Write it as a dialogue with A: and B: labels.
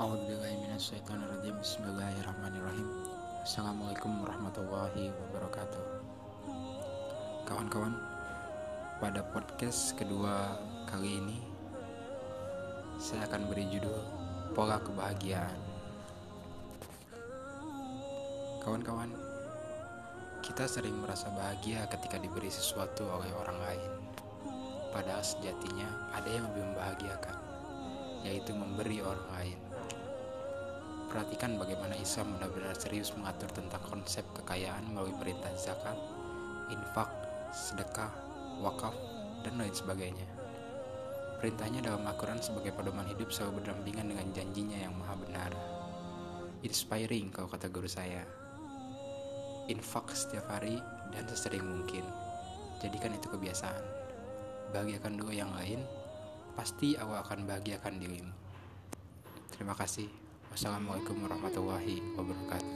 A: A'udzubillahiminasyaitonirrajim. Bismillahirrahmanirrahim. Assalamualaikum warahmatullahi wabarakatuh. Kawan-kawan, pada podcast kedua kali ini saya akan beri judul Pola Kebahagiaan. Kawan-kawan, kita sering merasa bahagia ketika diberi sesuatu oleh orang lain. Padahal sejatinya ada yang lebih membahagiakan, yaitu memberi orang lain. Perhatikan bagaimana Islam benar-benar serius mengatur tentang konsep kekayaan melalui perintah zakat, infak, sedekah, wakaf, dan lain sebagainya. Perintahnya dalam Al-Quran sebagai pedoman hidup selalu berdampingan dengan janjinya yang maha benar. Inspiring kalau kata guru saya. Infak setiap hari dan sesering mungkin. Jadikan itu kebiasaan. Bahagiakan dulu yang lain, pasti Allah akan bahagiakan dirimu. Terima kasih. Wassalamualaikum warahmatullahi wabarakatuh.